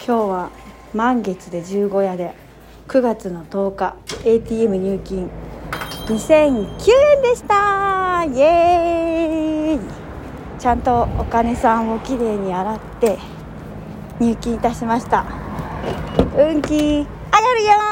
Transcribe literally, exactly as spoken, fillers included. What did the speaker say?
今日は満月で十五夜でくがつのとおか エーティーエム 入金にせんきゅうえんでした。イエーイ。ちゃんとお金さんをきれいに洗って入金いたしました。運気上がるよー。